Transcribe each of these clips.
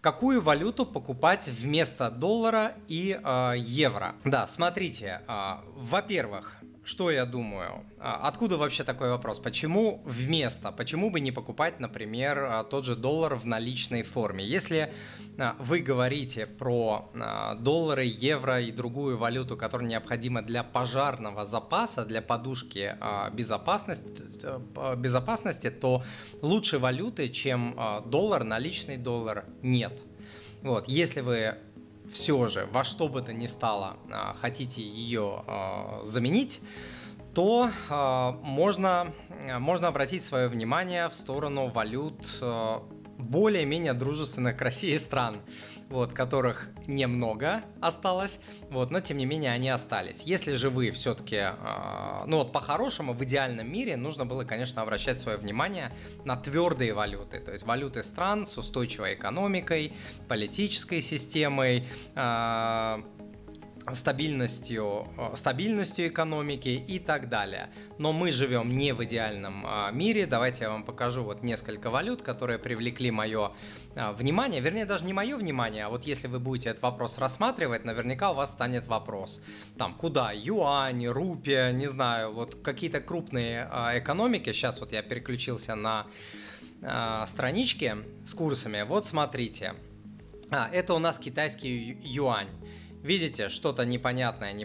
какую валюту покупать вместо доллара и евро? Да, смотрите, во-первых, что я думаю? Откуда вообще такой вопрос? Почему вместо? Почему бы не покупать, например, тот же доллар в наличной форме? Если вы говорите про доллары, евро и другую валюту, которая необходима для пожарного запаса, для подушки безопасности, то лучшей валюты, чем доллар, наличный доллар, нет. Вот, если вы все же во что бы то ни стало хотите ее заменить, то можно обратить свое внимание в сторону валют более-менее дружественных к России стран, вот, которых немного осталось, вот, но тем не менее они остались. Если же вы все-таки, по-хорошему, в идеальном мире нужно было, конечно, обращать свое внимание на твердые валюты, то есть валюты стран с устойчивой экономикой, политической системой, стабильностью экономики и так далее. Но мы живем не в идеальном мире. Давайте я вам покажу вот несколько валют, которые привлекли мое внимание. Вернее, даже не мое внимание, а вот если вы будете этот вопрос рассматривать, наверняка у вас станет вопрос. Там, куда? Юань, рупия, не знаю, вот какие-то крупные экономики. Сейчас вот я переключился на странички с курсами. Вот смотрите. Это у нас китайский юань. Видите, что-то непонятное.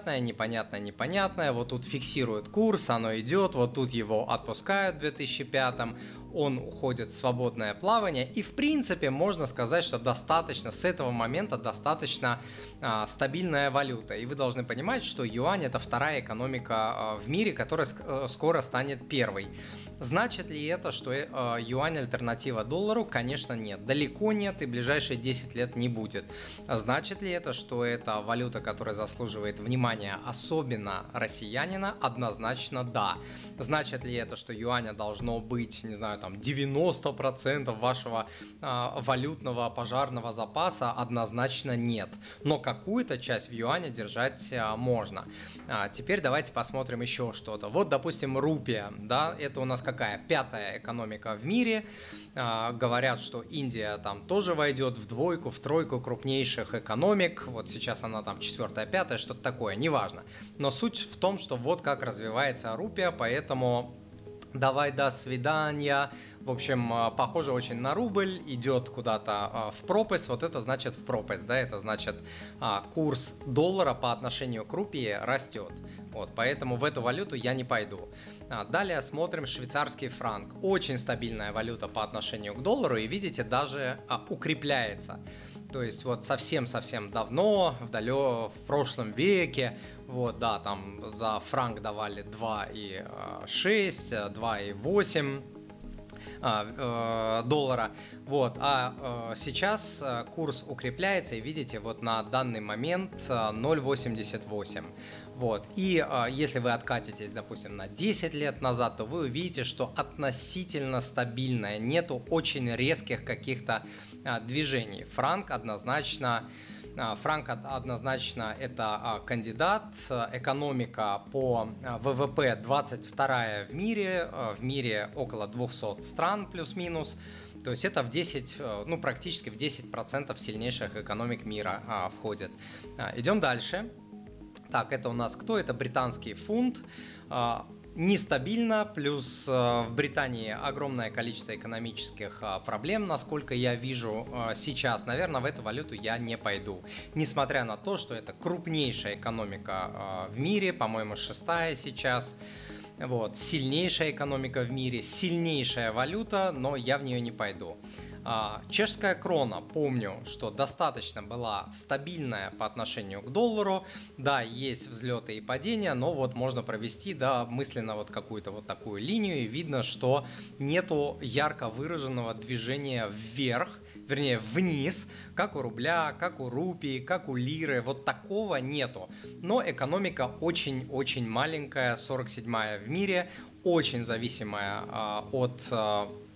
Вот тут фиксирует курс, оно идет, вот тут его отпускают в 2005-м, он уходит в свободное плавание. И в принципе можно сказать, что с этого момента достаточно стабильная валюта. И вы должны понимать, что юань — это вторая экономика в мире, которая скоро станет первой. Значит ли это, что юань альтернатива доллару? Конечно, нет. Далеко нет и ближайшие 10 лет не будет. Значит ли это, что это валюта, которая заслуживает внимания, особенно россиянина? Однозначно да. Значит ли это, что юаня должно быть, не знаю, там 90% вашего валютного пожарного запаса? Однозначно нет. Но какую-то часть в юане держать можно. Теперь давайте посмотрим еще что-то. Вот, допустим, рупия, да, это у нас какая? Пятая экономика в мире. Говорят, что Индия там тоже войдет в двойку, в тройку крупнейших экономик. Вот сейчас она там четвертая, пятая, что-то такое, неважно. Но суть в том, что вот как развивается рупия, поэтому давай, до свидания. В общем, похоже очень на рубль, идет куда-то в пропасть. Вот это значит в пропасть, да, это значит курс доллара по отношению к рупии растет. Вот, поэтому в эту валюту я не пойду. Далее смотрим швейцарский франк. Очень стабильная валюта по отношению к доллару, и видите, даже укрепляется. То есть вот совсем-совсем давно, в прошлом веке, вот, да, там за франк давали 2,6, 2,8 доллара, вот, сейчас курс укрепляется, и видите, вот на данный момент 0,88, вот, и если вы откатитесь, допустим, на 10 лет назад, то вы увидите, что относительно стабильная, нету очень резких каких-то движений. Франк однозначно это кандидат, экономика по ВВП 22-я в мире около 200 стран плюс-минус, то есть это практически в 10% сильнейших экономик мира входит. Идем дальше. Так, это у нас кто? Это британский фунт. Нестабильно, плюс в Британии огромное количество экономических проблем, насколько я вижу сейчас. Наверное, в эту валюту я не пойду. Несмотря на то, что это крупнейшая экономика в мире, по-моему, 6-я сейчас. Вот, сильнейшая экономика в мире, сильнейшая валюта, но я в нее не пойду. Чешская крона, помню, что достаточно была стабильная по отношению к доллару. Да, есть взлеты и падения, но вот можно провести, да, мысленно вот какую-то вот такую линию, и видно, что нету ярко выраженного движения вверх, вернее вниз, как у рубля, как у рупии, как у лиры. Вот такого нету. Но экономика очень-очень маленькая, 47-я в мире, очень зависимая от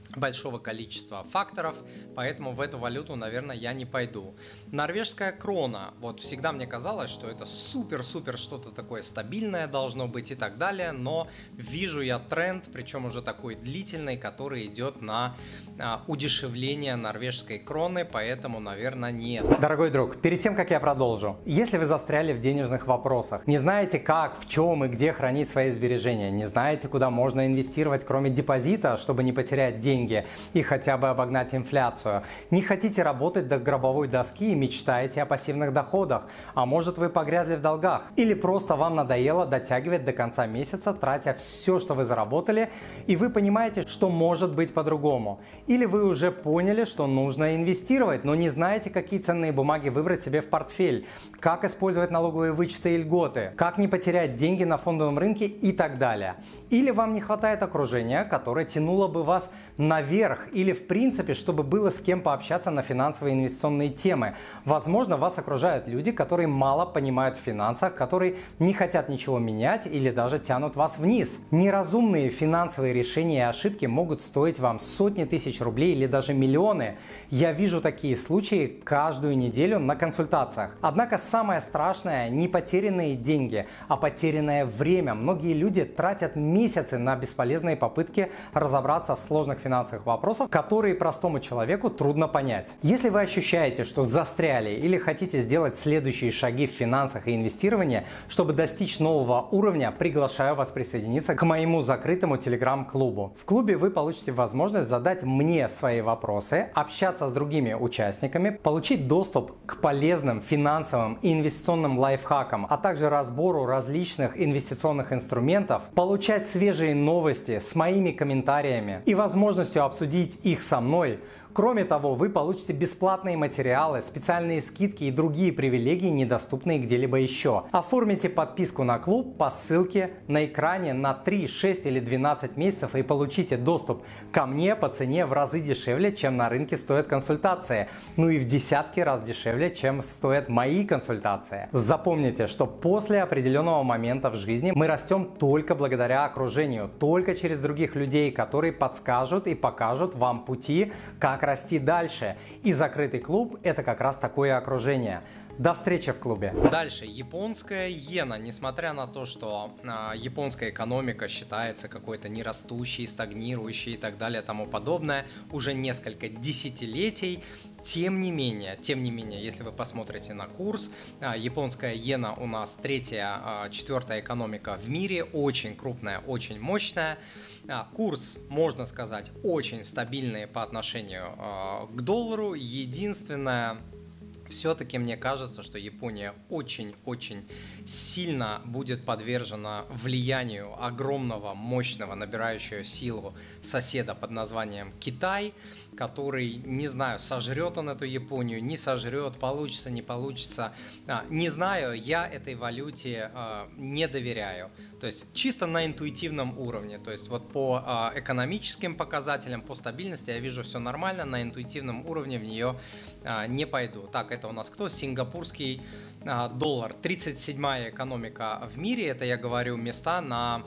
большого количества факторов, поэтому в эту валюту, наверное, я не пойду. Норвежская крона. Вот всегда мне казалось, что это супер-супер что-то такое стабильное должно быть и так далее, но вижу я тренд, причем уже такой длительный, который идет на удешевление норвежской кроны, поэтому, наверное, нет. Дорогой друг, перед тем, как я продолжу, если вы застряли в денежных вопросах, не знаете как, в чем и где хранить свои сбережения, не знаете, куда можно инвестировать, кроме депозита, чтобы не потерять деньги и хотя бы обогнать инфляцию, не хотите работать до гробовой доски и мечтаете о пассивных доходах, а может вы погрязли в долгах, или просто вам надоело дотягивать до конца месяца, тратя все, что вы заработали, и вы понимаете, что может быть по-другому. Или вы уже поняли, что нужно инвестировать, но не знаете, какие ценные бумаги выбрать себе в портфель, как использовать налоговые вычеты и льготы, как не потерять деньги на фондовом рынке и так далее. Или вам не хватает окружения, которое тянуло бы вас наверх, или в принципе, чтобы было с кем пообщаться на финансовые и инвестиционные темы. Возможно, вас окружают люди, которые мало понимают в финансах, которые не хотят ничего менять или даже тянут вас вниз. Неразумные финансовые решения и ошибки могут стоить вам сотни тысяч рублей или даже миллионы. Я вижу такие случаи каждую неделю на консультациях. Однако самое страшное не потерянные деньги, а потерянное время. Многие люди тратят месяцы на бесполезные попытки разобраться в сложных финансовых вопросах, которые простому человеку трудно понять. Если вы ощущаете, что застряли или хотите сделать следующие шаги в финансах и инвестировании, чтобы достичь нового уровня, приглашаю вас присоединиться к моему закрытому телеграм-клубу. В клубе вы получите возможность задать мне свои вопросы, общаться с другими участниками, получить доступ к полезным финансовым и инвестиционным лайфхакам, а также разбору различных инвестиционных инструментов, получать свежие новости с моими комментариями и возможностью обсудить их со мной. Кроме того, вы получите бесплатные материалы, специальные скидки и другие привилегии, недоступные где-либо еще. Оформите подписку на клуб по ссылке на экране на 3, 6 или 12 месяцев и получите доступ ко мне по цене в разы дешевле, чем на рынке стоят консультации. Ну и в десятки раз дешевле, чем стоят мои консультации. Запомните, что после определенного момента в жизни мы растем только благодаря окружению, только через других людей, которые подскажут и покажут вам пути, как расти дальше. И закрытый клуб – это как раз такое окружение. До встречи в клубе. Дальше. Японская иена. Несмотря на то, что японская экономика считается какой-то нерастущей, стагнирующей и так далее, тому подобное, уже несколько десятилетий, тем не менее, если вы посмотрите на курс, японская иена у нас третья, четвертая экономика в мире, очень крупная, очень мощная. Курс, можно сказать, очень стабильный по отношению к доллару. Единственное, все-таки мне кажется, что Япония очень-очень сильно будет подвержена влиянию огромного, мощного, набирающего силу соседа под названием Китай, который, не знаю, сожрет он эту Японию, не сожрет, получится, не получится. Не знаю, я этой валюте не доверяю. То есть чисто на интуитивном уровне. То есть вот по экономическим показателям, по стабильности я вижу все нормально, на интуитивном уровне в нее не пойду. Так, это у нас кто? Сингапурский доллар. 37-я экономика в мире. Это я говорю места на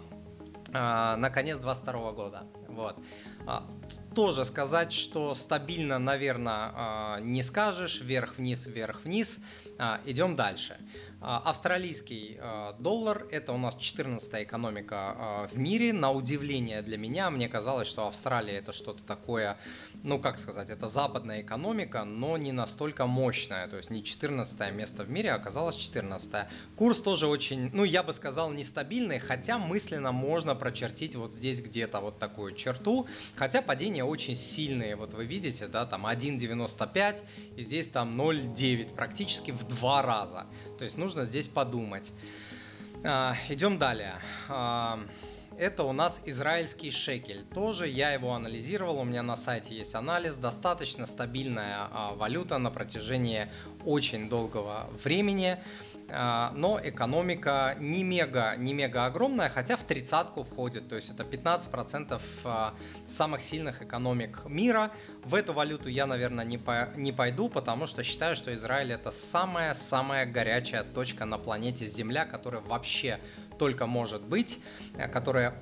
конец 2022 года. Вот. Тоже сказать, что стабильно, наверное, не скажешь. Вверх-вниз, вверх-вниз. Идем дальше. Австралийский доллар – это у нас 14-я экономика в мире. На удивление для меня, мне казалось, что Австралия – это что-то такое, ну как сказать, это западная экономика, но не настолько мощная. То есть не 14-е место в мире, а оказалось 14-е. Курс тоже очень, ну я бы сказал, нестабильный, хотя мысленно можно прочертить вот здесь где-то вот такую черту. Хотя падения очень сильные, вот вы видите, да, там 1,95 и здесь там 0,9, практически в 2 раза. То есть нужно здесь подумать. Идем далее. Это у нас израильский шекель. Тоже я его анализировал, у меня на сайте есть анализ. Достаточно стабильная валюта на протяжении очень долгого времени. Но экономика не мега огромная, хотя в тридцатку входит, то есть это 15% самых сильных экономик мира. В эту валюту я, наверное, не пойду, потому что считаю, что Израиль это самая горячая точка на планете Земля, которая вообще только может быть, которая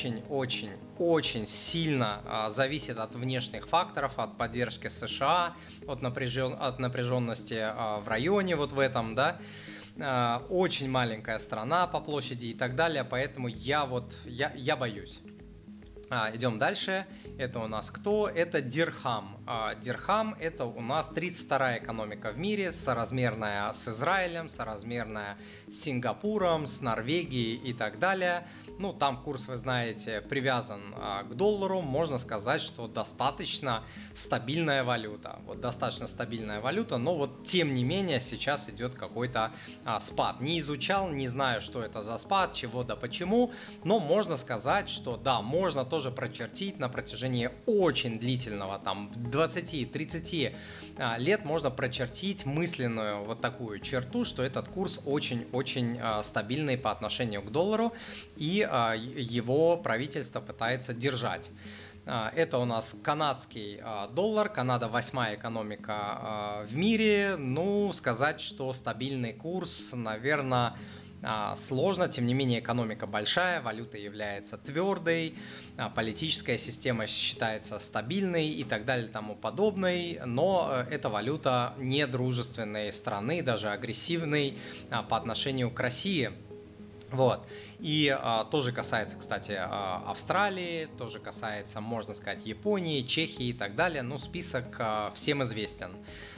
очень сильно зависит от внешних факторов, от поддержки США, от напряженности в районе вот в этом, да, очень маленькая страна по площади и так далее, поэтому я боюсь. Идем дальше. Это у нас кто? Это дирхам. Дирхам – это у нас 32-я экономика в мире, соразмерная с Израилем, соразмерная с Сингапуром, с Норвегией и так далее. Ну, там курс, вы знаете, привязан к доллару. Можно сказать, что достаточно стабильная валюта. Вот достаточно стабильная валюта, но вот тем не менее сейчас идет какой-то спад. Не изучал, не знаю, что это за спад, чего да почему, но можно сказать, что да, можно тоже прочертить на протяжении очень длительного, там 20-30 лет можно прочертить мысленную вот такую черту, что этот курс очень-очень стабильный по отношению к доллару, и его правительство пытается держать. Это у нас канадский доллар, Канада 8-я экономика в мире. Ну, сказать, что стабильный курс, наверное, сложно, тем не менее экономика большая, валюта является твердой, политическая система считается стабильной и так далее и тому подобной, но это валюта недружественной страны, даже агрессивной по отношению к России. Вот. И тоже касается, кстати, Австралии, тоже касается, можно сказать, Японии, Чехии и так далее, но список всем известен.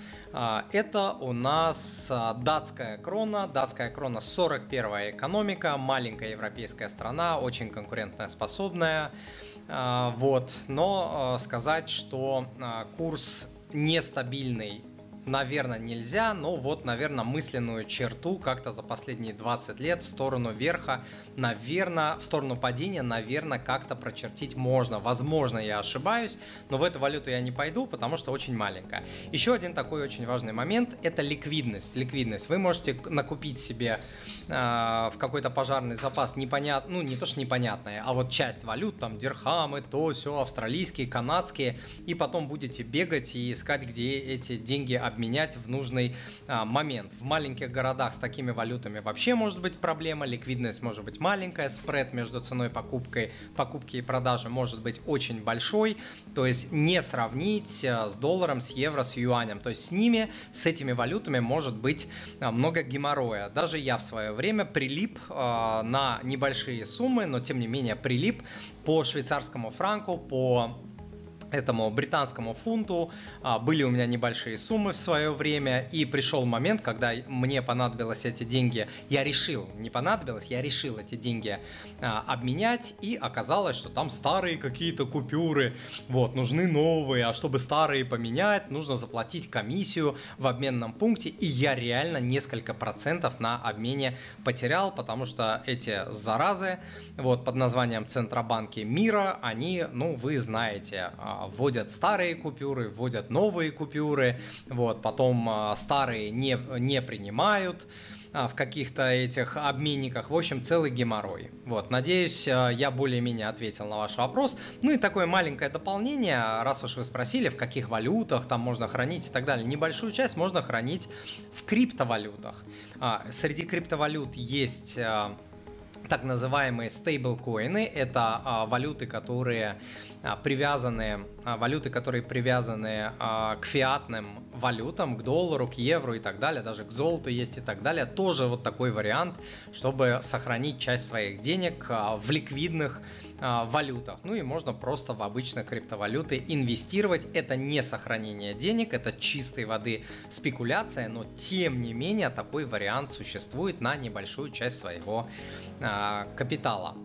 Это у нас датская крона. Датская крона 41-я экономика, маленькая европейская страна, очень конкурентоспособная. Вот. Но сказать, что курс нестабильный, наверное, нельзя, но вот, наверное, мысленную черту как-то за последние 20 лет в сторону верха, наверное, в сторону падения, наверное, как-то прочертить можно. Возможно, я ошибаюсь, но в эту валюту я не пойду, потому что очень маленькая. Еще один такой очень важный момент – это ликвидность. Ликвидность. Вы можете накупить себе в какой-то пожарный запас непонятный, ну, не то что непонятное, а вот часть валют, там, дирхамы, то, сё, австралийские, канадские, и потом будете бегать и искать, где эти деньги обменять в нужный момент. В маленьких городах с такими валютами вообще может быть проблема, ликвидность может быть маленькая, спред между ценой покупки и продажи может быть очень большой, то есть не сравнить с долларом, с евро, с юанем, то есть с этими валютами может быть много геморроя. Даже я в свое время прилип на небольшие суммы, но тем не менее прилип по швейцарскому франку, по этому британскому фунту. Были у меня небольшие суммы в свое время, и пришел момент, когда мне понадобилось эти деньги, я решил эти деньги обменять, и оказалось, что там старые какие-то купюры, вот, нужны новые, а чтобы старые поменять, нужно заплатить комиссию в обменном пункте, и я реально несколько процентов на обмене потерял, потому что эти заразы, вот, под названием Центробанки мира, они, ну, вы знаете, вводят старые купюры, вводят новые купюры, вот, потом старые не принимают в каких-то этих обменниках. В общем, целый геморрой. Вот, надеюсь, я более-менее ответил на ваш вопрос. Ну и такое маленькое дополнение, раз уж вы спросили, в каких валютах там можно хранить и так далее. Небольшую часть можно хранить в криптовалютах. Среди криптовалют есть так называемые стейблкоины. Это валюты, которые привязаны к фиатным валютам, к доллару, к евро и так далее, даже к золоту есть и так далее. Тоже вот такой вариант, чтобы сохранить часть своих денег в ликвидных валютах. Ну и можно просто в обычные криптовалюты инвестировать. Это не сохранение денег, это чистой воды спекуляция, но тем не менее такой вариант существует на небольшую часть своего капитала.